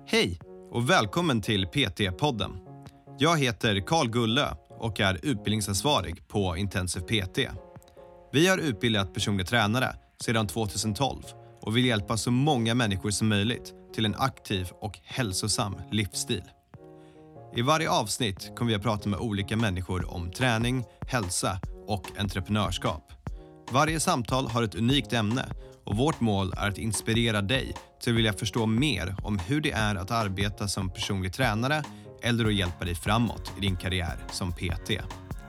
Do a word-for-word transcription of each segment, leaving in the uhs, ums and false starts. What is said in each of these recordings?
Hej och välkommen till P T-podden. Jag heter Carl Gullö och är utbildningsansvarig på Intensiv P T. Vi har utbildat personliga tränare sedan tjugohundratolv och vill hjälpa så många människor som möjligt till en aktiv och hälsosam livsstil. I varje avsnitt kommer vi att prata med olika människor om träning, hälsa och entreprenörskap. Varje samtal har ett unikt ämne och vårt mål är att inspirera dig till att vilja förstå mer om hur det är att arbeta som personlig tränare eller att hjälpa dig framåt i din karriär som P T.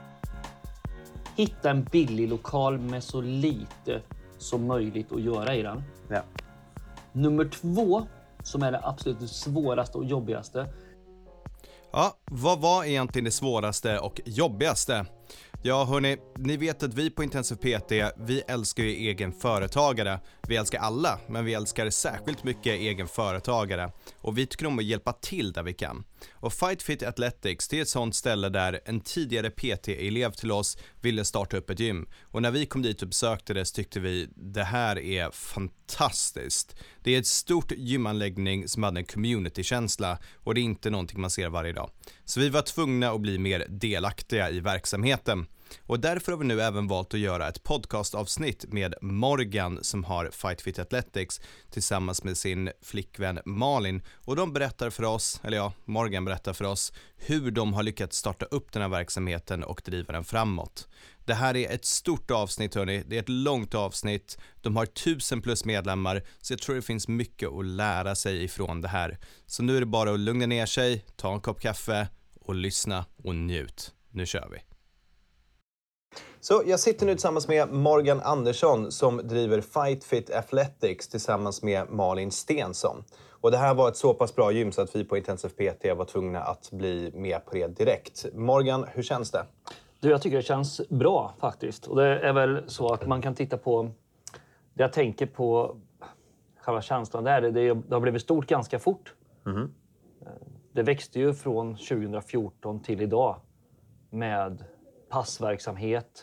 Hitta en billig lokal med så lite som möjligt att göra i den. Ja. Nummer två, som är det absolut svåraste och jobbigaste. Ja, vad var egentligen det svåraste och jobbigaste? Ja hörni, ni vet att vi på Intensiv P T, vi älskar ju egen företagare. Vi älskar alla, men vi älskar särskilt mycket egen företagare. Och vi tycker om att hjälpa till där vi kan. Och Fight Fit Athletics, det är ett sånt ställe där en tidigare P T-elev till oss ville starta upp ett gym. Och när vi kom dit och besökte det så tyckte vi, det här är fantastiskt. Det är ett stort gymanläggning som hade en community-känsla och det är inte någonting man ser varje dag. Så vi var tvungna att bli mer delaktiga i verksamheten. Och därför har vi nu även valt att göra ett podcastavsnitt med Morgan som har Fight Fit Athletics tillsammans med sin flickvän Malin. Och de berättar för oss, eller ja, Morgan berättar för oss hur de har lyckats starta upp den här verksamheten och driva den framåt. Det här är ett stort avsnitt hörni, det är ett långt avsnitt. De har tusen plus medlemmar så jag tror det finns mycket att lära sig ifrån det här. Så nu är det bara att lugna ner sig, ta en kopp kaffe och lyssna och njut. Nu kör vi. Så jag sitter nu tillsammans med Morgan Andersson som driver Fight Fit Athletics tillsammans med Malin Stensson. Och det här var ett så pass bra gym så att vi på Intensiv P T var tvungna att bli med på det direkt. Morgan, hur känns det? Du, jag tycker det känns bra faktiskt. Och det är väl så att man kan titta på det jag tänker på själva känslan där. Det, det har blivit stort ganska fort. Mm. Det växte ju från tjugohundrafjorton till idag med passverksamhet,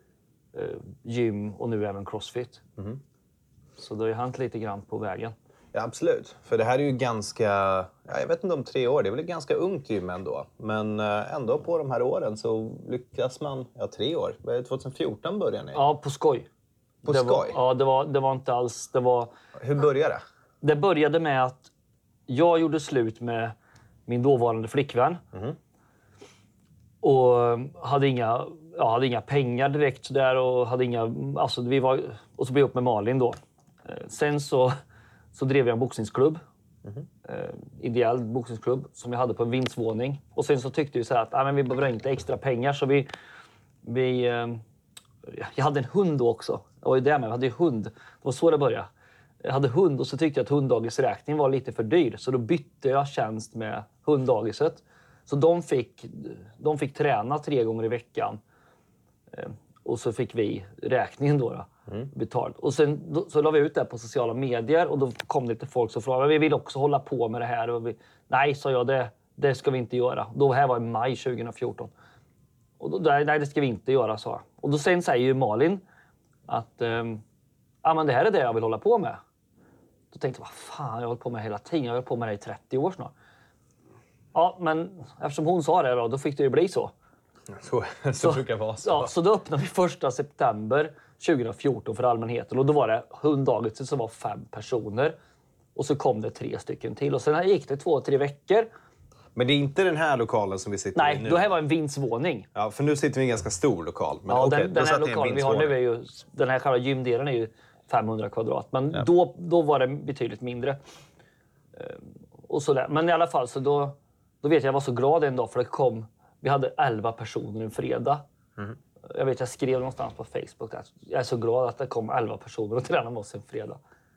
gym och nu även crossfit. Mm. Så det har ju hänt lite grann på vägen. Ja, absolut. För det här är ju ganska, ja, jag vet inte om tre år, det är väl ett ganska ungt gym ändå. Men ändå på de här åren så lyckas man, ja tre år, tjugohundrafjorton började ni? Ja, på skoj. På det skoj? Var, ja, det var, det var inte alls, det var... Hur började det? Det började med att jag gjorde slut med min dåvarande flickvän. Mm. Och hade inga, ja, hade inga pengar direkt så där och hade inga, alltså vi var, och så blev jag upp med Malin då. Sen så, så drev jag en boxningsklubb. Mm. Eh, ideell boxningsklubb som jag hade på en vindsvåning. Och sen så tyckte vi så här att ah, men vi behöver inte extra pengar så vi, vi eh, jag hade en hund då också. Jag var ju där med, jag hade ju hund. Det var så det började. Jag hade hund och så tyckte jag att hunddagisräkningen var lite för dyr. Så då bytte jag tjänst med hunddagiset. Så de fick, de fick träna tre gånger i veckan. Eh, och så fick vi räkningen då, då mm. betalt. Och sen då, så la vi ut det på sociala medier. Och då kom det lite folk som frågade, vi vill också hålla på med det här. Och vi, nej, sa jag, det, det ska vi inte göra. Då här var i maj tjugohundrafjorton. Och då, nej, det ska vi inte göra, sa jag. Och då sen säger ju Malin att eh, ah, men det här är det jag vill hålla på med. Då tänkte jag, vad fan, jag har hållit på med hela tiden. Jag har hållit på med det i trettio år snart. Ja, men eftersom hon sa det då, då fick det ju bli så. Så, så, så brukar det vara så. Ja, så då öppnade vi första september tjugohundrafjorton för allmänheten. Och då var det hunddaget som var fem personer. Och så kom det tre stycken till. Och sen gick det två, tre veckor. Men det är inte den här lokalen som vi sitter Nej, i nu? Nej, det här var en vindsvåning. Ja, för nu sitter vi i en ganska stor lokal. Men ja, okay, den, den här lokalen vi har nu är ju... Den här själva gymdelen är ju femhundra kvadrat. Men ja. då, då var det betydligt mindre. Och så där. Men i alla fall så då... Då vet jag, jag var så glad en dag för det kom... Vi hade elva personer en fredag. Mm. Jag vet, jag skrev någonstans på Facebook att jag är så glad att det kom elva personer och tränade med oss en fredag.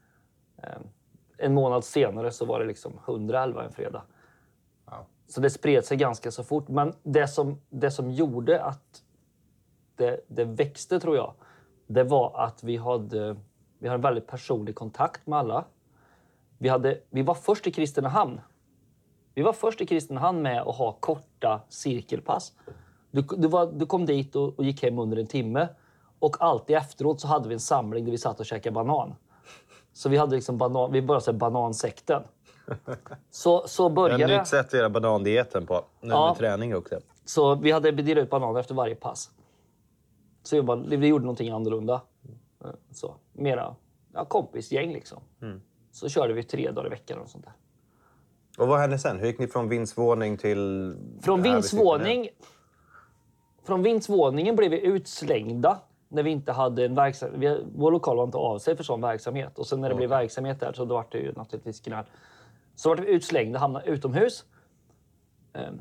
En månad senare så var det liksom hundraelva en fredag. Wow. Så det spred sig ganska så fort. Men det som, det som gjorde att det, det växte, tror jag, det var att vi hade, vi hade en väldigt personlig kontakt med alla. Vi, hade, vi var först i Kristinehamn. Vi var först i Kristinehamn med att ha korta cirkelpass. Du, du, var, du kom dit och, och gick hem under en timme. Och alltid efteråt så hade vi en samling där vi satt och käkade banan. Så vi hade liksom banan, vi började säga banansekten. Så, så började Jag har nytt sätt att göra banandieten på. Nu Ja. med träning också. Så vi hade delat ut bananer efter varje pass. Så jag bara, vi gjorde någonting annorlunda. Så, mera ja, kompisgäng liksom. Mm. Så körde vi tre dagar i veckan och sånt där. Och vad hände sen? Hur gick ni från vindsvåning till... Från det här vi sitter vindsvåning... Från vindsvåningen blev vi utslängda när vi inte hade en verksamhet. Vi, vår lokal var inte av sig för sån verksamhet. Och sen när det blev verksamhet där så då var det ju naturligtvis knall. Så var vi utslängda, hamnade utomhus. Ehm,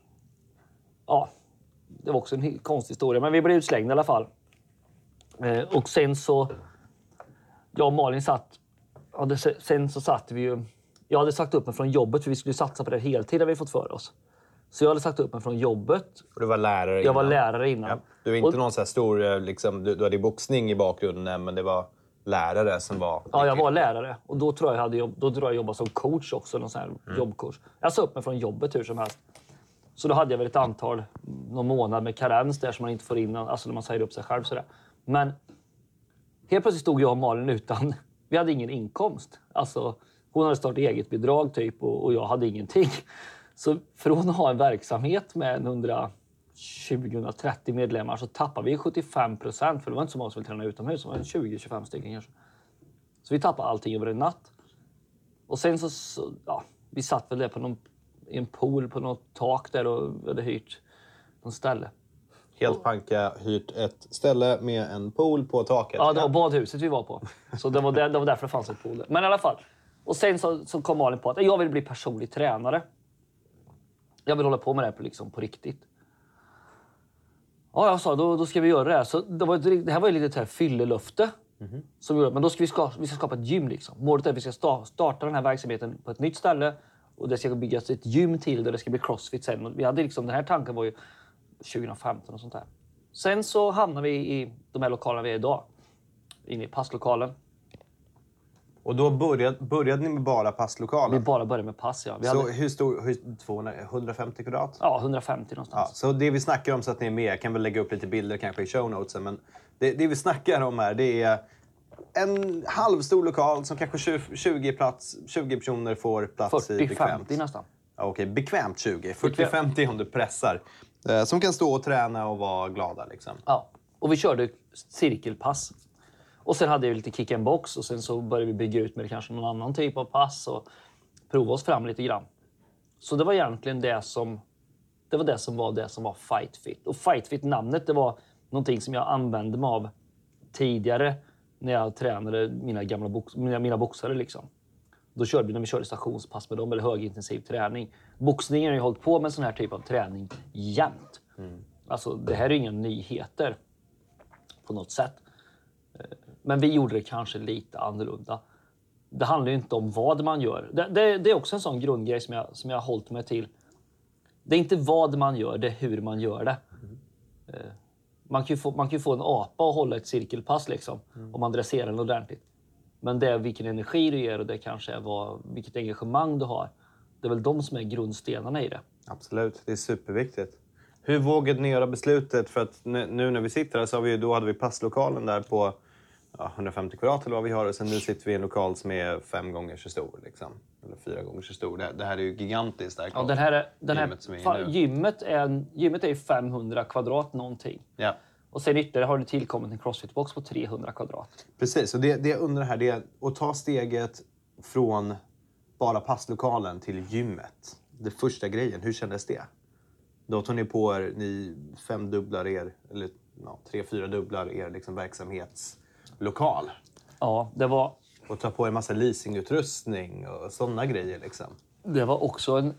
ja, det var också en helt konstig historia. Men vi blev utslängda i alla fall. Ehm, och sen så... Jag och Malin satt... Ja, sen så satt vi ju... Jag hade sagt upp mig från jobbet för vi skulle satsa på det heltid har vi fått för oss. Så jag hade sagt upp mig från jobbet. Och du var lärare innan? Jag var lärare innan. Ja. Du var inte och, någon så här stor... Liksom, du, du hade boxning i bakgrunden, men det var lärare som var... Ja, jag var lärare. Och då tror jag jag, hade jobb, då tror jag jobbade som coach också. Någon sån här mm. jobbcoach. Jag sa upp mig från jobbet hur som helst. Så då hade jag väl ett antal, någon månad med karens där som man inte får in. Alltså när man säger upp sig själv sådär. Men helt plötsligt stod jag och Malin utan... Vi hade ingen inkomst. Alltså... Hon hade startat eget bidrag typ och, och jag hade ingenting. Så från att ha en verksamhet med hundratjugo till hundratrettio medlemmar så tappade vi sjuttiofem procent. För det var inte så många som ville träna utomhus. Det var tjugo till tjugofem stycken kanske. Så vi tappade allting över en natt. Och sen så, så ja, vi satt väl där på någon, i en pool på något tak där och hade hyrt någon ställe. Helt panka, hyrt ett ställe med en pool på taket. Ja, det var badhuset vi var på. Så det var, där, det var därför det fanns ett pool där. Men i alla fall. Och sen så, så kom Malin på att jag vill bli personlig tränare. Jag vill hålla på med det här på, liksom, på riktigt. Ja, jag sa då, då ska vi göra det här. Så det, var, det här var ju lite ett fyllelöfte. Mm-hmm. Som gjorde, men då ska vi, ska, vi ska skapa ett gym. Liksom. Målet är att vi ska sta, starta den här verksamheten på ett nytt ställe. Och det ska byggas ett gym till där det ska bli crossfit sen. Och vi hade liksom, den här tanken var ju tjugo femton och sånt där. Sen så hamnade vi i de här lokalerna vi är idag. Inne i passlokalen. Och då började, började ni med bara passlokalen? Vi bara började med pass, ja. Vi så hade... hur stor? Hur, tvåhundra, hundrafemtio kvadrat? Ja, hundrafemtio någonstans. Ja, så det vi snackar om så att ni är med, jag kan väl lägga upp lite bilder kanske i show notesen, men det, det vi snackar om här, det är en halvstor lokal som kanske tjugo, tjugo, plats, tjugo personer får plats i bekvämt. fyrtio femtio nästan. Ja, okej, bekvämt tjugo. fyrtio femtio om du pressar. Eh, som kan stå och träna och vara glada liksom. Ja, och vi körde cirkelpass. Och sen hade vi lite kick and box och sen så började vi bygga ut med kanske någon annan typ av pass och prova oss fram lite grann. Så det var egentligen det som det var det som var det som var Fight Fit. Och Fight Fit namnet, det var någonting som jag använde mig av tidigare när jag tränade mina gamla box, mina, mina boxare liksom. Då körde vi när vi körde stationspass med dem eller högintensiv träning. Boxningen har ju hållit på med sån här typ av träning jämt. Mm. Alltså det här är inga nyheter på något sätt. Men vi gjorde det kanske lite annorlunda. Det handlar ju inte om vad man gör. Det, det, det är också en sån grundgrej som jag, som jag har hållit mig till. Det är inte vad man gör, det är hur man gör det. Mm. Man kan ju få, man kan ju få en apa och hålla ett cirkelpass liksom, mm. om man dresserar den ordentligt. Men det är vilken energi du ger och det kanske är vad, vilket engagemang du har. Det är väl de som är grundstenarna i det. Absolut, det är superviktigt. Hur vågade ni göra beslutet? För att nu när vi sitter här så har vi, då hade vi passlokalen där på ja, hundrafemtio kvadrat eller vad vi har. Och sen nu sitter vi i en lokal som är fem gånger så stor. Liksom. Eller fyra gånger så stor. Det, det här är ju gigantiskt. Där, ja, den här, är, den här, gymmet, som är fan, gymmet, är, gymmet är ju femhundra kvadrat någonting. Ja. Och sen ytterligare har det tillkommit en crossfitbox på trehundra kvadrat. Precis, och det, det jag undrar här det är att ta steget från bara passlokalen till gymmet. Det första grejen, hur kändes det? Då tog ni på er, ni femdubblar er, eller ja, tre, fyra dubblar er liksom verksamhetslokal. Ja, det var... Och ta på er massa leasingutrustning och sådana grejer liksom. Det var också en...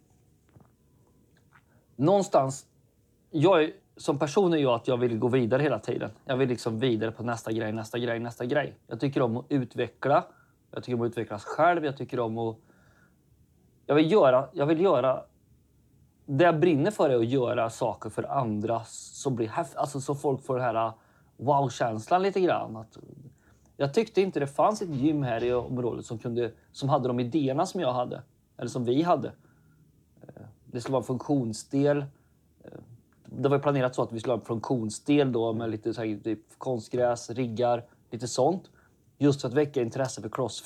Någonstans... Jag är, som person är jag att jag vill gå vidare hela tiden. Jag vill liksom vidare på nästa grej, nästa grej, nästa grej. Jag tycker om att utveckla. Jag tycker om att utvecklas själv. Jag tycker om att... Jag vill göra... Jag vill göra... Det jag brinner för är att göra saker för andra som blir häftigt. Alltså så folk får den här wow-känslan lite grann. Att jag tyckte inte det fanns ett gym här i området som, kunde, som hade de idéerna som jag hade. Eller som vi hade. Det skulle vara en funktionsdel. Det var planerat så att vi skulle ha en funktionsdel då med lite så här, typ konstgräs, riggar, lite sånt. Just för att väcka intresse för crossfit.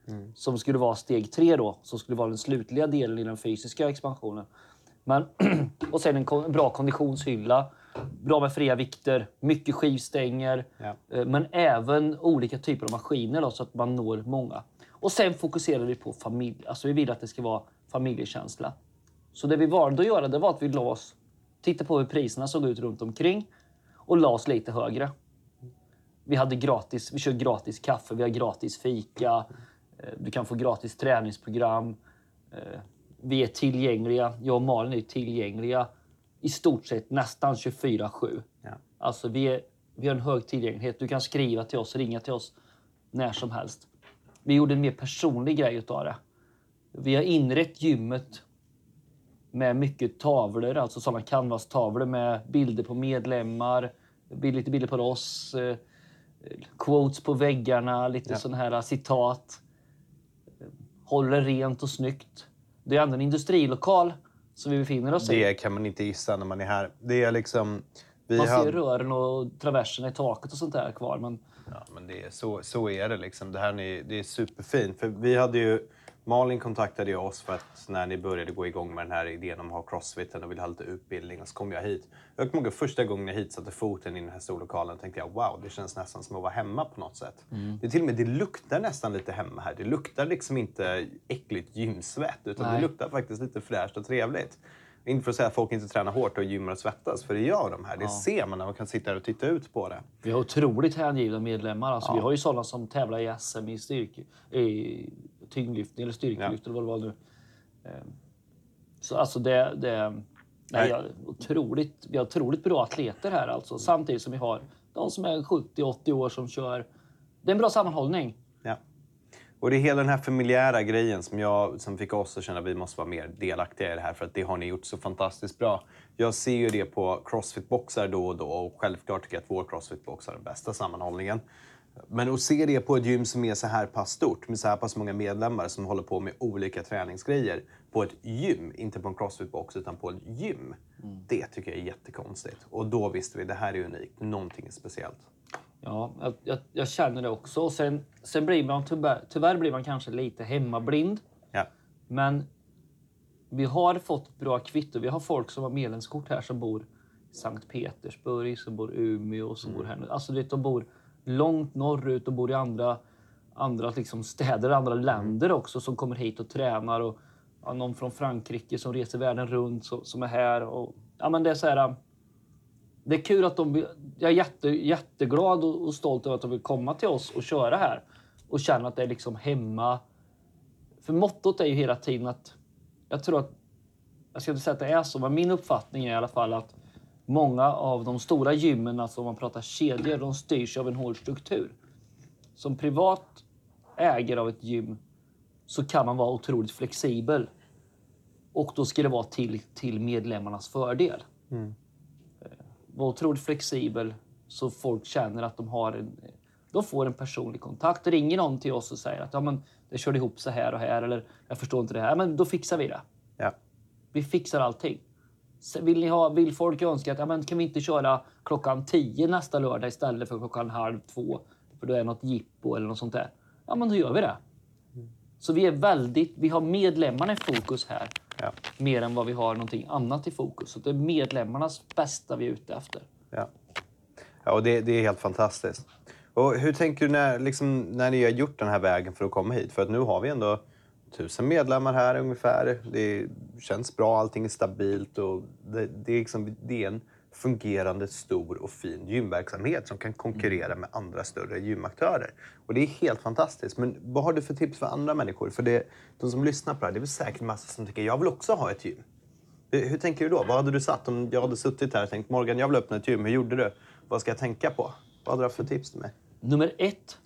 Mm. Som skulle vara steg tre då. Som skulle vara den slutliga delen i den fysiska expansionen. Men, och sen en kon- bra konditionshylla. Bra med fria vikter. Mycket skivstänger. Ja. Men även olika typer av maskiner då, så att man når många. Och sen fokuserar vi på familj. Alltså vi vill att det ska vara familjekänsla. Så det vi valde att göra, det var att vi la oss, titta på hur priserna såg ut runt omkring och la oss lite högre. Vi hade gratis, vi kör gratis kaffe, vi har gratis fika, du kan få gratis träningsprogram. Vi är tillgängliga, jag och Malin är tillgängliga i stort sett nästan tjugofyra sju. Ja. Alltså vi, är, vi har en hög tillgänglighet, du kan skriva till oss, ringa till oss när som helst. Vi gjorde en mer personlig grej utav det. Vi har inrett gymmet med mycket tavlor, alltså sådana canvas-tavlor med bilder på medlemmar, lite bilder på oss, eh, quotes på väggarna, lite ja. Sådana här citat. Håller rent och snyggt. Det är ändå en industrilokal som vi befinner oss i. i. Det kan man inte gissa när man är här. Det är liksom... Vi man ser har... rören och traverserna i taket och sånt där kvar. Men... Ja, men det är, så, så är det liksom. Det här är, det är superfint. För vi hade ju... Malin kontaktade ju oss för att när ni började gå igång med den här idén om att ha crossfiten och ville ha lite utbildning, och så kom jag hit. Jag kommer ihåg första gången jag hit satte foten i den här storlokalen tänkte jag wow, det känns nästan som att vara hemma på något sätt. Mm. Det är till och med, det luktar nästan lite hemma här. Det luktar liksom inte äckligt gymsvett utan Nej. Det luktar faktiskt lite fräscht och trevligt. Inte för att säga att folk inte tränar hårt och gymmar och svettas, för det gör de här. Det ja. Ser man när man kan sitta här och titta ut på det. Vi har otroligt hängivna medlemmar. Alltså, ja. Vi har ju sådana som tävlar i S M i styrke, i tyngdlyftning eller styrkelyft ja. Eller vad det var nu. Så alltså det... det nej, jag, otroligt, vi har otroligt bra atleter här alltså. Samtidigt som vi har de som är sjuttio åttio år som kör. Det är en bra sammanhållning. Ja. Och det är hela den här familjära grejen som, jag, som fick oss att känna att vi måste vara mer delaktiga i det här. För att det har ni gjort så fantastiskt bra. Jag ser ju det på crossfit-boxar då och då. Och självklart tycker jag att vår crossfit-box har den bästa sammanhållningen. Men att se det på ett gym som är så här pass stort. Med så här pass många medlemmar som håller på med olika träningsgrejer. På ett gym, inte på en crossfit-box utan på ett gym. Mm. Det tycker jag är jättekonstigt. Och då visste vi att det här är unikt. Någonting är speciellt. Ja, jag, jag känner det också. Och sen, sen blir man tyvärr, tyvärr blir man kanske lite hemmablind. Ja. Men vi har fått bra kvitto. Vi har folk som har medlemskort här som bor i Sankt Petersburg, som bor i Umeå, som mm. bor här nu. Alltså vet, de bor långt norrut, de bor i andra, andra liksom städer, andra länder också som kommer hit och tränar. Och ja, någon från Frankrike som reser världen runt som, som är här. Och, ja, men det är så här... Det är kul att de... Jag är jätte, jätteglad och, och stolt över att de vill komma till oss och köra här. Och känna att det är liksom hemma. För mottot är ju hela tiden att... Jag tror att... Jag ska inte säga att det är så, men min uppfattning är i alla fall att många av de stora gymmen, alltså om man pratar kedjor, de styrs av en hård struktur. Som privat ägare av ett gym så kan man vara otroligt flexibel. Och då ska det vara till, till medlemmarnas fördel. Mm. Var otroligt flexibel så folk känner att de har en, de får en personlig kontakt. Ringer någon till oss och säger att ja, men det körde ihop så här och här, eller jag förstår inte det här, men då fixar vi det. Ja. Vi fixar allting. Vill, ni ha, vill folk önska att ja, men kan vi inte köra klockan tio nästa lördag istället för klockan halv två, för då är det något jippo eller något sånt där. Ja, men då gör vi det. Mm. Så vi är väldigt, vi har medlemmarna i fokus här. Ja. Mer än vad vi har någonting annat i fokus. Så det är medlemmarnas bästa vi är ute efter. Ja, ja och det, det är helt fantastiskt. Och hur tänker du när, liksom, när ni har gjort den här vägen för att komma hit? För att nu har vi ändå tusen medlemmar här ungefär. Det känns bra, allting är stabilt. Och det, det, är liksom, det är en fungerande, stor och fin gymverksamhet som kan konkurrera med andra större gymaktörer. Och det är helt fantastiskt. Men vad har du för tips för andra människor? För det, de som lyssnar på det här, det är väl säkert en massa som tycker jag vill också ha ett gym. Hur, hur tänker du då? Vad hade du satt om jag hade suttit här och tänkt Morgan, jag vill öppna ett gym. Hur gjorde du? Vad ska jag tänka på? Vad hade du för tips till mig? Nummer ett.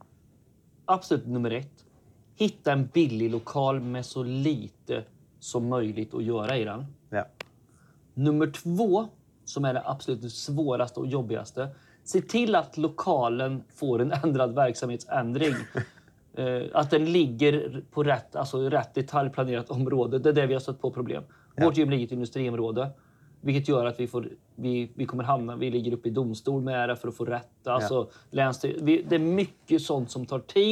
Absolut nummer ett. Hitta en billig lokal med så lite som möjligt att göra i den. Ja. Nummer två, som är det absolut svåraste och jobbigaste. Se till att lokalen får en ändrad verksamhetsändring. eh, att den ligger på rätt, alltså rätt detaljplanerat område. Det är det vi har stött på problem. Ja. Vårt gym ligger i ett industriområde. Vilket gör att vi, får, vi, vi kommer hamna, vi ligger uppe i domstol med det för att få rätt. Alltså, ja. länsstyrelse, vi, det är mycket sånt som tar tid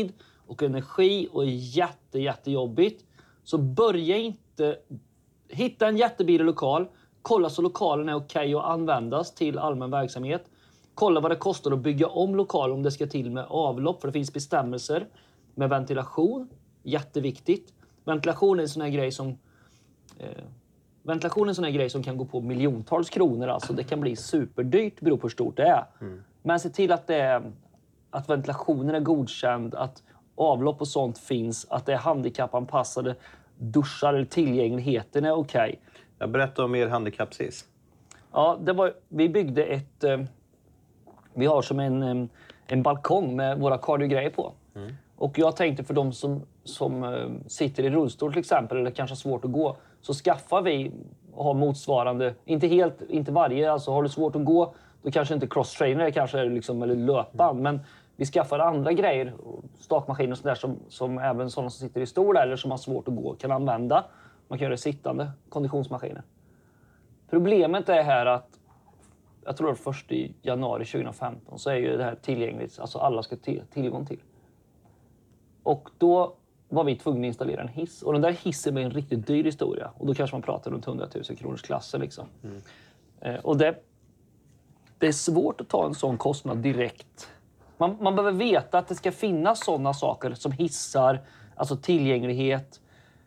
och energi och är jätte, jättejobbigt. Så börja inte... Hitta en jättebillig lokal. Kolla så lokalen är okej att användas till allmän verksamhet. Kolla vad det kostar att bygga om lokal om det ska till med avlopp. För det finns bestämmelser med ventilation. Jätteviktigt. Ventilation är en sån här grej som... Eh, ventilation är en sån här grej som kan gå på miljontals kronor. Alltså det kan bli superdyrt beroende på hur stort det är. Mm. Men se till att, det är, att ventilationen är godkänd. Att avlopp och sånt finns. Att det är handikappanpassade duschar eller tillgängligheten är okej. Okay. Jag berättar om er handikappsis. Ja, det var, vi byggde ett... Eh, vi har som en, en, en balkong med våra cardio-grejer på. Mm. Och jag tänkte för de som, som eh, sitter i rullstol till exempel, eller kanske har svårt att gå, så skaffar vi och har motsvarande, inte helt, inte varje, alltså har du svårt att gå, då kanske inte cross-trainer kanske liksom, eller löpband, mm. men vi skaffar andra grejer, stakmaskiner och sådär som, som även sådana som sitter i stol eller som har svårt att gå kan använda. Man kan göra sittande konditionsmaskiner. Problemet är här att jag tror att första januari tjugohundrafemton så är ju det här tillgängligt, alltså alla ska ha tillgång till. Och då var vi tvungna att installera en hiss. Och den där hissen är en riktigt dyr historia. Och då kanske man pratar runt hundratusen kronors klassen liksom. Mm. Eh, och det, det är svårt att ta en sån kostnad direkt. Man, man behöver veta att det ska finnas sådana saker som hissar, alltså tillgänglighet.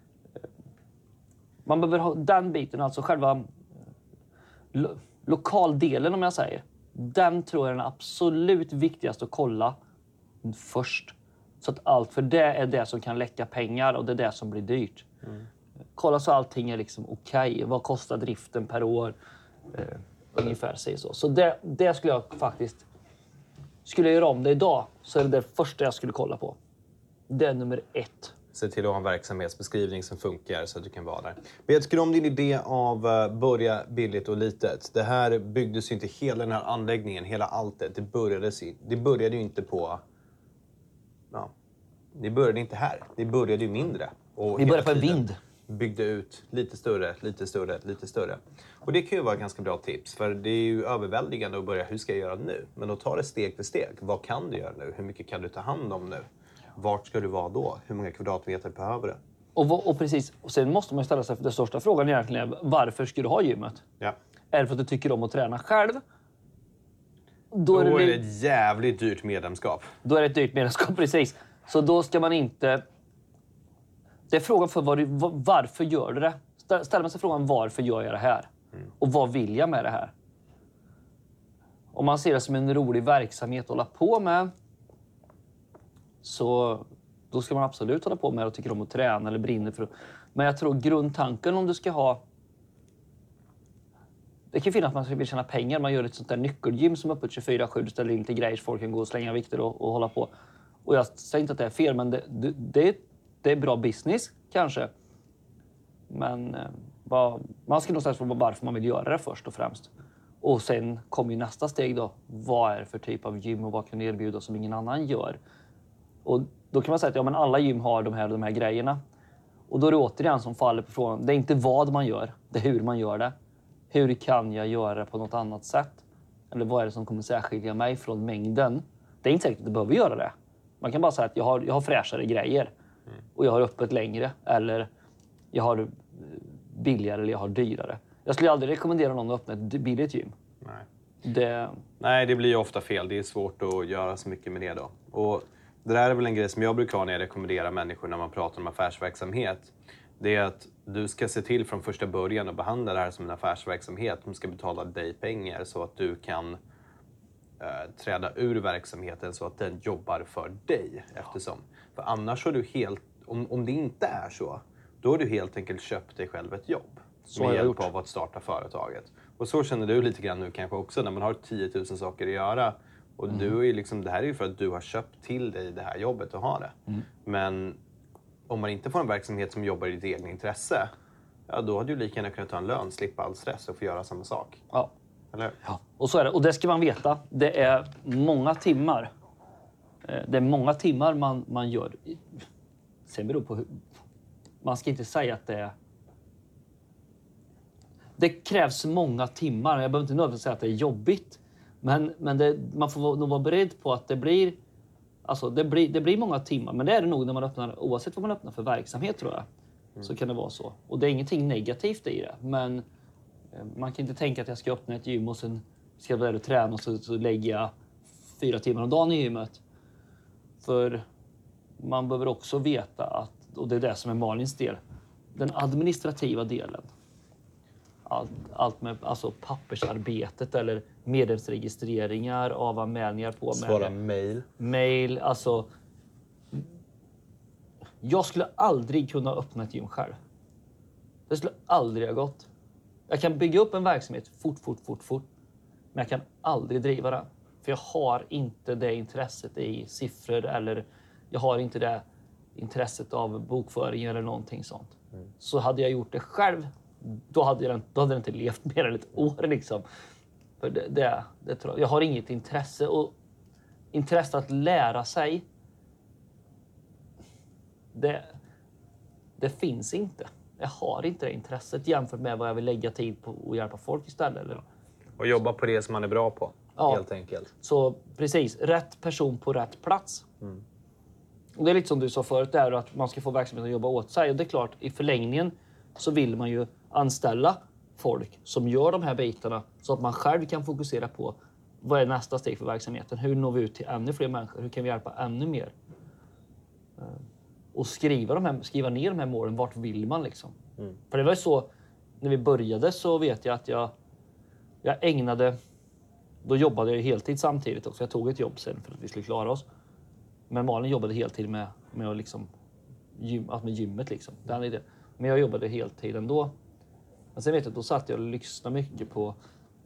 Man behöver ha den biten, alltså själva lo- lokaldelen om jag säger. Den tror jag är den absolut viktigaste att kolla först. Så att allt, för det är det som kan läcka pengar och det är det som blir dyrt. Mm. Kolla så allting är liksom okej. Okay. Vad kostar driften per år? Eh, ungefär sig så. Så det, det skulle jag faktiskt... Skulle jag göra om det idag så är det det första jag skulle kolla på. Det är nummer ett. Se till att ha en verksamhetsbeskrivning som funkar så att du kan vara där. Men jag tycker om din idé av uh, börja billigt och litet. Det här byggdes ju inte hela den här anläggningen, hela alltet. Det började, det började ju inte på... Ja, det började inte här. Det började ju mindre. Och vi började på en vind. Byggde ut lite större, lite större, lite större. Och det kan ju vara ett ganska bra tips. För det är ju överväldigande att börja, hur ska jag göra nu? Men då tar det steg för steg. Vad kan du göra nu? Hur mycket kan du ta hand om nu? Vart ska du vara då? Hur många kvadratmeter behöver du? Och, och precis. Och sen måste man ställa sig för den största frågan egentligen. Varför ska du ha gymmet? Ja. Är det för att du tycker om att träna själv? Då är det, då är det ett jävligt dyrt medlemskap. Då är det ett dyrt medlemskap, precis. Så då ska man inte... Det är frågan för var, varför gör du det? Ställer man sig frågan varför gör jag det här? Mm. Och vad vill jag med det här? Om man ser det som en rolig verksamhet att hålla på med, så då ska man absolut hålla på med det och tycker om att träna eller brinner för det. Men jag tror grundtanken om du ska ha... Det kan finnas att man vill tjäna pengar. Man gör ett sånt där nyckelgym som är öppet tjugofyra sju. Du ställer in lite grejer så folk kan gå och slänga vikter och, och hålla på. Och jag säger inte att det är fel, men det, det, det, det är bra business kanske. Men eh, vad, man ska nog ställa sig frågan varför man vill göra det först och främst. Och sen kommer ju nästa steg då. Vad är det för typ av gym och vad kan du erbjuda som ingen annan gör? Och då kan man säga att ja, men alla gym har de här, de här grejerna. Och då är det återigen som faller på frågan. Det är inte vad man gör, det är hur man gör det. Hur kan jag göra det på något annat sätt? Eller vad är det som kommer särskilja mig från mängden? Det är inte säkert att du behöver göra det. Man kan bara säga att jag har, jag har fräschare grejer. Mm. Och jag har öppet längre. Eller jag har billigare eller jag har dyrare. Jag skulle aldrig rekommendera någon att öppna ett billigt gym. Nej. Det... Nej, det blir ju ofta fel. Det är svårt att göra så mycket med det då. Och det där är väl en grej som jag brukar ha när jag rekommenderar människor när man pratar om affärsverksamhet. Det är att du ska se till från första början att behandla det här som en affärsverksamhet. De ska betala dig pengar så att du kan eh, träda ur verksamheten så att den jobbar för dig. Eftersom. För annars har du helt, om, om det inte är så, då har du helt enkelt köpt dig själv ett jobb. Så med hjälp gjort. Av att starta företaget. Och så känner du lite grann nu kanske också när man har tio tusen saker att göra. Och mm. du är liksom, det här är ju för att du har köpt till dig det här jobbet och har det. Mm. Men om man inte får en verksamhet som jobbar i ditt egna intresse, ja, då hade du lika gärna kunnat ta en lön, slippa all stress och få göra samma sak. Ja. Eller? Ja. Och så är det. Och det ska man veta. Det är många timmar. Det är många timmar man, man gör. Sen beror på hur... Man ska inte säga att det är... Det krävs många timmar. Jag behöver inte nödvändigtvis säga att det är jobbigt. Men, men det, man får nog vara beredd på att det blir Alltså det blir, det blir många timmar, men det är det nog när man öppnar, oavsett vad man öppnar för verksamhet tror jag. Mm. Så kan det vara så. Och det är ingenting negativt i det, men eh, man kan inte tänka att jag ska öppna ett gym och sen ska jag vara där och träna och så, så lägger jag fyra timmar om dagen i gymmet. För man behöver också veta att, och det är det som är Malins del, den administrativa delen. Allt, allt med alltså pappersarbetet eller medlemsregistreringar, avanmälningar på svara mail. Mail, alltså. Jag skulle aldrig kunna öppna ett gym själv. Det skulle aldrig ha gått. Jag kan bygga upp en verksamhet fort, fort, fort, fort. Men jag kan aldrig driva den. För jag har inte det intresset i siffror eller jag har inte det intresset av bokföring eller någonting sånt. Mm. Så hade jag gjort det själv, då hade jag, då hade jag inte levt mer än ett år liksom. För det, det, det tror jag. jag har inget intresse och intresse att lära sig, det, det finns inte. Jag har inte det intresset jämfört med vad jag vill lägga tid på att hjälpa folk istället. Eller? Och jobba på det som man är bra på, ja, helt enkelt. Så precis, rätt person på rätt plats. Mm. Och det är lite som du sa förut, där att man ska få verksamheten att jobba åt sig. Och det är klart, i förlängningen så vill man ju anställa folk som gör de här bitarna så att man själv kan fokusera på vad är nästa steg för verksamheten. Hur når vi ut till ännu fler människor? Hur kan vi hjälpa ännu mer? Och skriva, de här, skriva ner de här målen, vart vill man liksom? Mm. För det var ju så, när vi började så vet jag att jag, jag ägnade, då jobbade jag heltid samtidigt också. Jag tog ett jobb sen för att vi skulle klara oss. Men Malin jobbade heltid med, med, att liksom, gym, med gymmet liksom. Den är det. Men jag jobbade heltid ändå. Men sen vet jag, då satt jag och lyssnade mycket på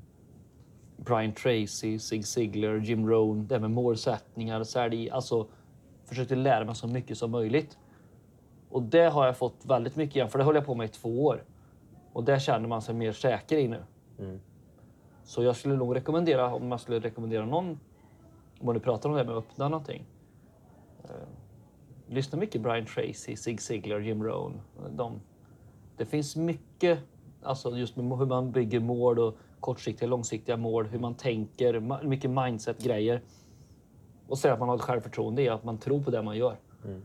Brian Tracy, Zig Ziglar, Jim Rohn, det med målsättningar, sälj, alltså försökte lära mig så mycket som möjligt. Och det har jag fått väldigt mycket igen, för det höll jag på med i två år. Och där känner man sig mer säker i nu. Mm. Så jag skulle nog rekommendera, om man skulle rekommendera någon, om man nu pratar om det med att öppna någonting. Eh, lyssna mycket Brian Tracy, Zig Ziglar, Jim Rohn. De, det finns mycket, alltså just med hur man bygger mål och kortsiktiga, långsiktiga mål, hur man tänker, mycket mindset-grejer. Och sen att man har ett självförtroende i att man tror på det man gör. Mm.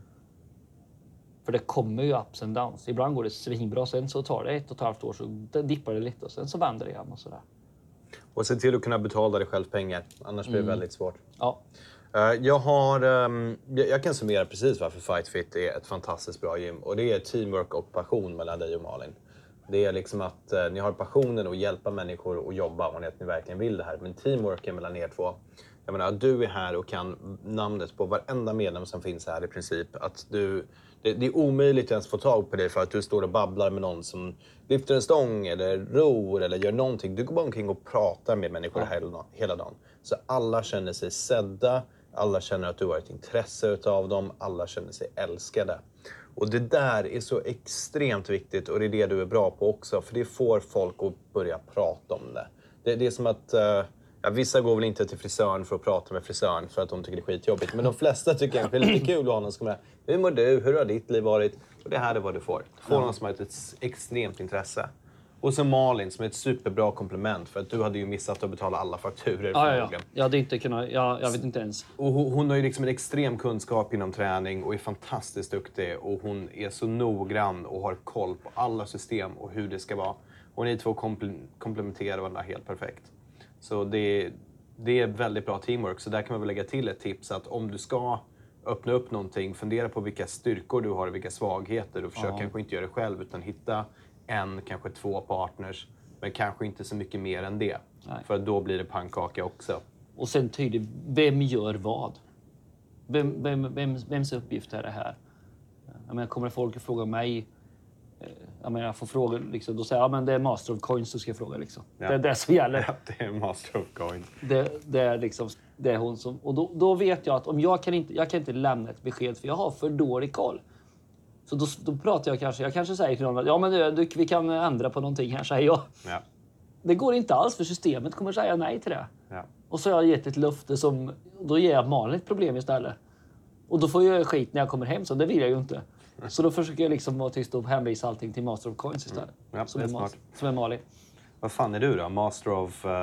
För det kommer ju ups and downs. Ibland går det svinbra, sen så tar det ett och ett halvt år så dippar det lite och sen så vänder det igen och sådär. Och se till att kunna betala dig själv pengar, annars blir det mm. väldigt svårt. Ja. Jag har, jag kan summera precis varför Fight Fit är ett fantastiskt bra gym. Och det är teamwork och passion mellan dig och Malin. Det är liksom att ni har passionen att hjälpa människor att jobba och att ni verkligen vill det här. Men teamworken mellan er två. Jag menar, du är här och kan namnet på varenda medlem som finns här i princip. Att du, det, det är omöjligt att ens få tag på dig för att du står och babblar med någon som lyfter en stång eller ror eller gör någonting. Du går bara omkring och pratar med människor ja. hela, hela dagen. Så alla känner sig sedda, alla känner att du har ett intresse utav dem, alla känner sig älskade. Och det där är så extremt viktigt och det är det du är bra på också. För det får folk att börja prata om det. Det, det är som att... Uh, Ja, vissa går väl inte till frisören för att prata med frisören för att de tycker det är skitjobbigt. Men de flesta tycker att det är lite kul att ha någon som är hur mår du? Hur har ditt liv varit? Och det här är vad du får. Du får ja. någon som har ett extremt intresse. Och så Malin som är ett superbra komplement för att du hade ju missat att betala alla fakturer. Ja, ja, ja. Jag hade inte kunnat, jag, jag vet inte ens. Och hon, hon har ju liksom en extrem kunskap inom träning och är fantastiskt duktig. Och hon är så noggrann och har koll på alla system och hur det ska vara. Och ni två komple- komplementerar varandra helt perfekt. Så det, det är väldigt bra teamwork. Så där kan man väl lägga till ett tips att om du ska öppna upp någonting, fundera på vilka styrkor du har och vilka svagheter. Och försök ja. kanske inte göra det själv utan hitta en, kanske två partners. Men kanske inte så mycket mer än det. Nej. För då blir det pannkaka också. Och sen tydligt, vem gör vad? Vem, vem, vem, vems uppgift är det här? Jag menar, kommer folk att fråga mig? Jag menar, jag får fråga, liksom, då säger jag, ja, men det är Master of Coins du ska fråga. Liksom. Ja. Det är det som gäller. Ja, det är Master of Coins. Det, det, är liksom, det är hon som... Och då, då vet jag att om jag kan inte, jag kan inte lämna ett besked för jag har för dålig koll. Så då, då pratar jag kanske, jag kanske säger till någon att ja, men du, du, vi kan ändra på någonting här, säger jag. Ja. Det går inte alls för systemet kommer säga nej till det. Ja. Och så har jag gett ett löfte som, då ger jag Malin ett problem istället. Och då får jag skit när jag kommer hem, så det vill jag ju inte. Så då försöker jag liksom vara tyst och hänvisa allting till Master of Coins istället. Mm. Ja, som, är är smart. som är Malin. Vad fan är du då? Master of... Uh...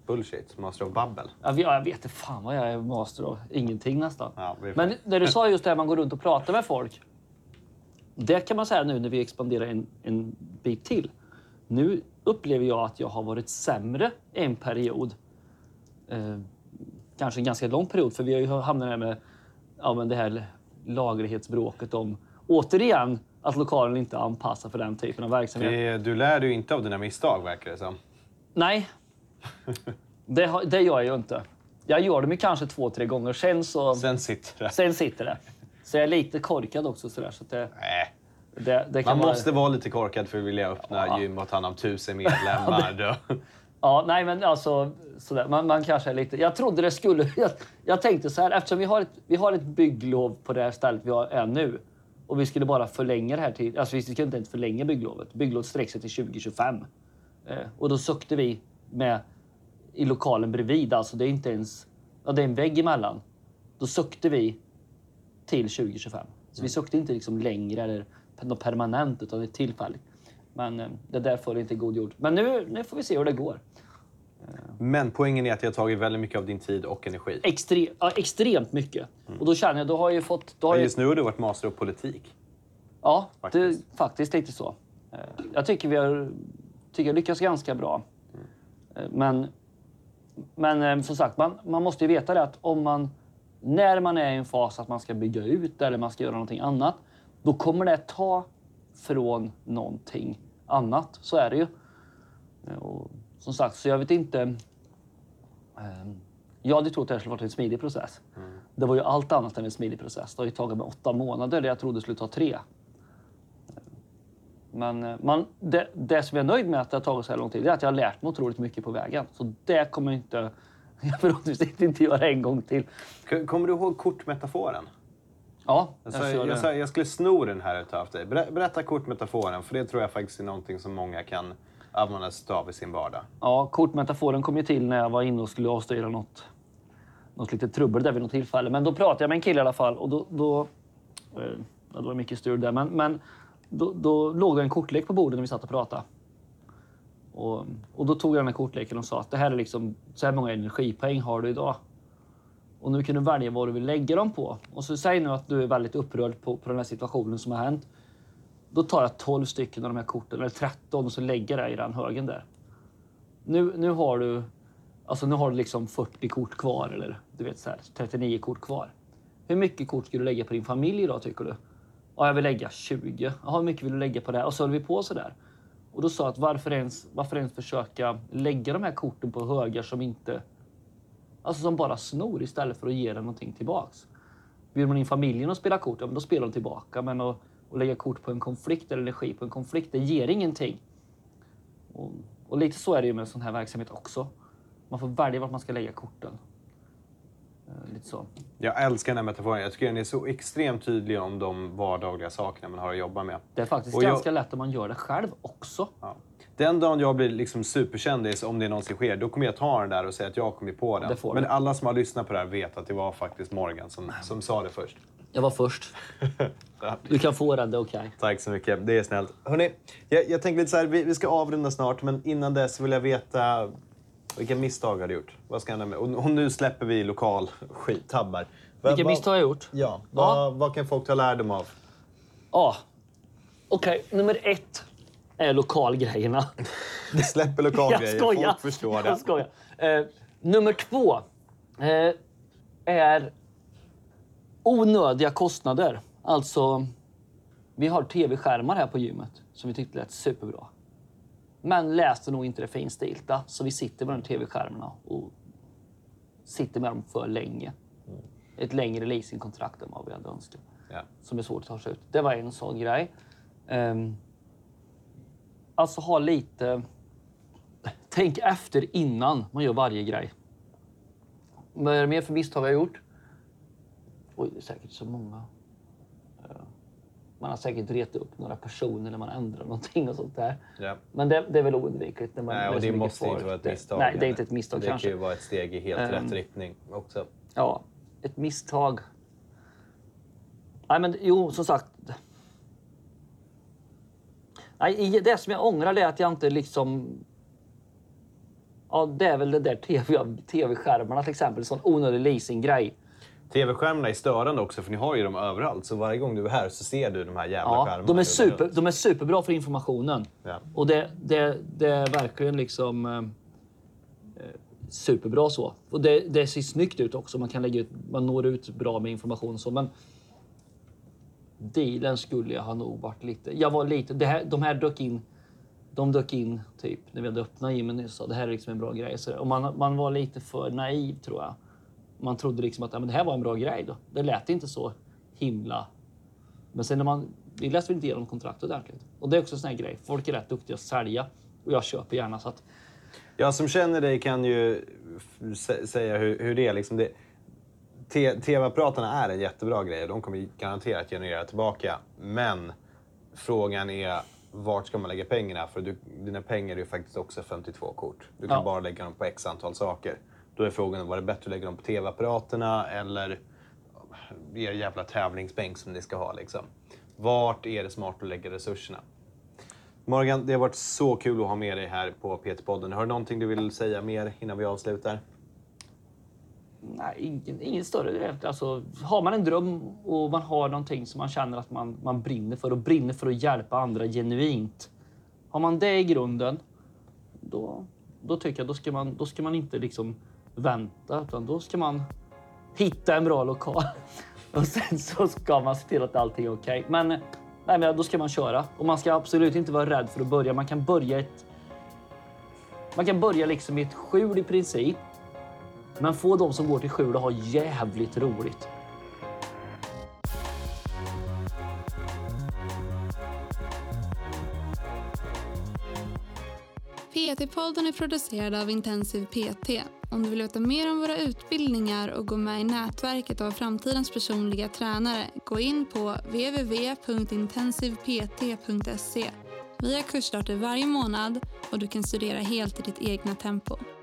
bullshit? Master of babbel? Jag, jag vet inte fan vad jag är master av. Ingenting nästan. Ja, men när du sa just det här man går runt och pratar med folk. Det kan man säga nu när vi expanderar en, en bit till. Nu upplever jag att jag har varit sämre en period. Eh, kanske en ganska lång period. För vi har ju hamnat här med ja, men det här laglighetsbråket om återigen att lokalen inte anpassar för den typen av verksamhet. Det, du lär dig ju inte av dina misstag, verkar det som. Nej, det, har, det gör jag ju inte. Jag gör dem ju kanske två, tre gånger. Sen så... Sen sitter det. Sen sitter det. Så jag är lite korkad också. Sådär, så att det, Nej. det, det kan Man vara... måste vara lite korkad för att vilja öppna Ja. gym och ta hand om tusen medlemmar. Ja, det... ja, nej men alltså... Sådär. Man, man kanske är lite... Jag trodde det skulle... Jag, jag tänkte så här, eftersom vi har, ett, vi har ett bygglov på det här stället vi har, är nu. Och vi skulle bara förlänga det här till... Alltså vi skulle inte ens förlänga bygglovet. Bygglovet sträcker sig till tjugo tjugofem. Eh, och då sökte vi med... I lokalen bredvid. Alltså det är inte ens... Ja, det är en vägg emellan. Då sökte vi till tjugo tjugofem. Så mm. vi sökte inte liksom längre eller något permanent utan ett tillfälligt. Men eh, det där får inte god jord. Men nu, nu får vi se hur det går. Men poängen är att jag har tagit väldigt mycket av din tid och energi. Extre, ja, extremt mycket. Mm. Och då känner jag, då har jag ju fått... Då har ja, just jag... nu har du varit master av politik. Ja, faktiskt. Det är faktiskt lite så. Jag tycker vi har tycker jag lyckas ganska bra. Mm. Men, men som sagt, man, man måste ju veta det att om man... När man är i en fas att man ska bygga ut eller man ska göra någonting annat, då kommer det ta från någonting annat. Så är det ju. Och som sagt, så jag vet inte... Eh, jag hade trott att det skulle vara en smidig process. Mm. Det var ju allt annat än en smidig process. Det har ju tagit mig åtta månader där jag trodde det skulle ta tre. Men man, det, det som jag är nöjd med att det har tagit så här lång tid är att jag har lärt mig otroligt mycket på vägen. Så det kommer jag inte... Jag förhoppningsvis inte göra en gång till. Kommer du ihåg kortmetaforen? Ja, jag, jag, jag, jag, jag skulle sno den här utav dig. Berätta kortmetaforen, för det tror jag faktiskt är någonting som många kan använda sig av i sin vardag. Ja, kortmetaforen kom ju till när jag var inne och skulle avstyra något, något litet trubbel där vid något tillfälle. Men då pratade jag med en kille i alla fall och då... då eh, det var mycket styr där, men, men då, då låg det en kortlek på bordet när vi satt och pratade. Och, och då tog jag den här kortleken och sa att det här är liksom, så här många energipoäng har du idag. Och nu kan du välja vad du vill lägga dem på. Och så säg nu att du är väldigt upprörd på, på den här situationen som har hänt. Då tar jag tolv stycken av de här korten, eller tretton, och så lägger jag i den högen där. Nu, nu har du alltså nu har du liksom fyrtio kort kvar, eller du vet så här, trettionio kort kvar. Hur mycket kort skulle du lägga på din familj idag, tycker du? Ja, jag vill lägga tjugo. Ja, hur mycket vill du lägga på det här? Och så höll vi på så där. Och då sa jag att varför ens, varför ens försöka lägga de här korten på högar som inte... Alltså som bara snor istället för att ge dem någonting tillbaks. Vill man in familjen och spela kort, ja, men då spelar de tillbaka. Men att, att lägga kort på en konflikt eller energi på en konflikt, det ger ingenting. Och, och lite så är det ju med sån här verksamhet också. Man får välja vart man ska lägga korten. Lite så. Jag älskar den här metaforen. Jag tycker den är så extremt tydlig om de vardagliga sakerna man har att jobba med. Det är faktiskt och ganska jag... lätt om man gör det själv också. Ja. Den dagen jag blir liksom superkändis, om det någonsin sker, då kommer jag ta den där och säga att jag kommer på den. Men alla som har lyssnat på det här vet att det var faktiskt Morgan som, som sa det först. Jag var först. Du kan få den, det är okej. Okay. Tack så mycket, det är snällt. Hörrni, jag, jag tänker lite så här, vi, vi ska avrunda snart, men innan dess vill jag veta vilka misstag har du gjort? Vad ska jag med? Och, och nu släpper vi lokal skittabbar. Vilka misstag har jag gjort? Ja, vad, ja. vad kan folk ta lärdom av? Ja, okej. Okay. Nummer ett är lokalgrejerna. Vi släpper lokalgrejer, jag skojar. Folk förstår det. Jag skojar. Eh, nummer två eh, är onödiga kostnader. Alltså, vi har tv-skärmar här på gymmet som vi tyckte lät superbra. Men läste nog inte det finstilta, så vi sitter med de tv-skärmarna och sitter med dem för länge. Mm. Ett längre leasingkontrakt än vad vi hade önskat. Ja. Som är svårt att ta sig ut. Det var en sån grej. Um, alltså ha lite... Tänk efter innan man gör varje grej. Vad är det mer för misstag jag har gjort? Oj, det är säkert så många. Man har säkert retat upp några personer när man ändrar någonting och sånt där. Ja. Men det, det är väl oundvikligt. När man Nej, och det måste inte vara ett misstag. Nej, det är inte ett misstag det kanske. Det kan ju vara ett steg i helt um, rätt riktning också. Ja, ett misstag. Nej, men jo, som sagt. Nej, det som jag ångrar är att jag inte liksom Ja, det är väl det där T V, T V-skärmarna till exempel. Sån onödig leasinggrej. T V-skärmarna är störande också för ni har ju dem överallt. Så varje gång du är här så ser du de här jävla Ja, skärmarna. de är, super, de är superbra för informationen. Ja. Och det, det, det är verkligen liksom eh, superbra så. Och det, det ser snyggt ut också. Man kan lägga ut, man når ut bra med information och så. Men dealen skulle jag ha nog varit lite... Jag var lite... Det här, de här dök in... De dök in typ när vi hade öppnat gymmen nyss. Det här är liksom en bra grej. Så, och man, man var lite för naiv tror jag. Man trodde liksom att ja, men det här var en bra grej då. Det lät inte så himla... Men sen när man... Vi läste inte igenom kontraktet ordentligt. Och det är också en sån här grej. Folk är rätt duktiga att sälja. Och jag köper gärna så att... Jag som känner dig kan ju f- säga hur, hur det är. Liksom det, T- T V-apparaterna är en jättebra grej. De kommer garanterat generera tillbaka. Men frågan är vart ska man lägga pengarna? För du, dina pengar är ju faktiskt också femtiotvå kort. Du kan Ja. bara lägga dem på x antal saker. Då är frågan, var det bättre att lägga dem på T V-apparaterna eller er jävla tävlingsbänk som ni ska ha liksom? Vart är det smart att lägga resurserna? Morgan, det har varit så kul att ha med dig här på P T-podden. Har du någonting du vill säga mer innan vi avslutar? Nej, ingen, ingen större. Alltså, har man en dröm och man har någonting som man känner att man, man brinner för och brinner för att hjälpa andra genuint. Har man det i grunden, då, då tycker jag då ska man, då ska man inte liksom vänta, utan då ska man hitta en bra lokal. Och sen så ska man se till att allting är okej. Men, nej, men då ska man köra. Och man ska absolut inte vara rädd för att börja. Man kan börja ett... Man kan börja liksom i ett skjul i princip. Men få de som går till skjul att ha jävligt roligt. P T-podden är producerad av Intensiv P T. Om du vill veta mer om våra utbildningar och gå med i nätverket av framtidens personliga tränare, gå in på w w w punkt intensiv p t punkt s e. Vi har kursstarter varje månad och du kan studera helt i ditt egna tempo.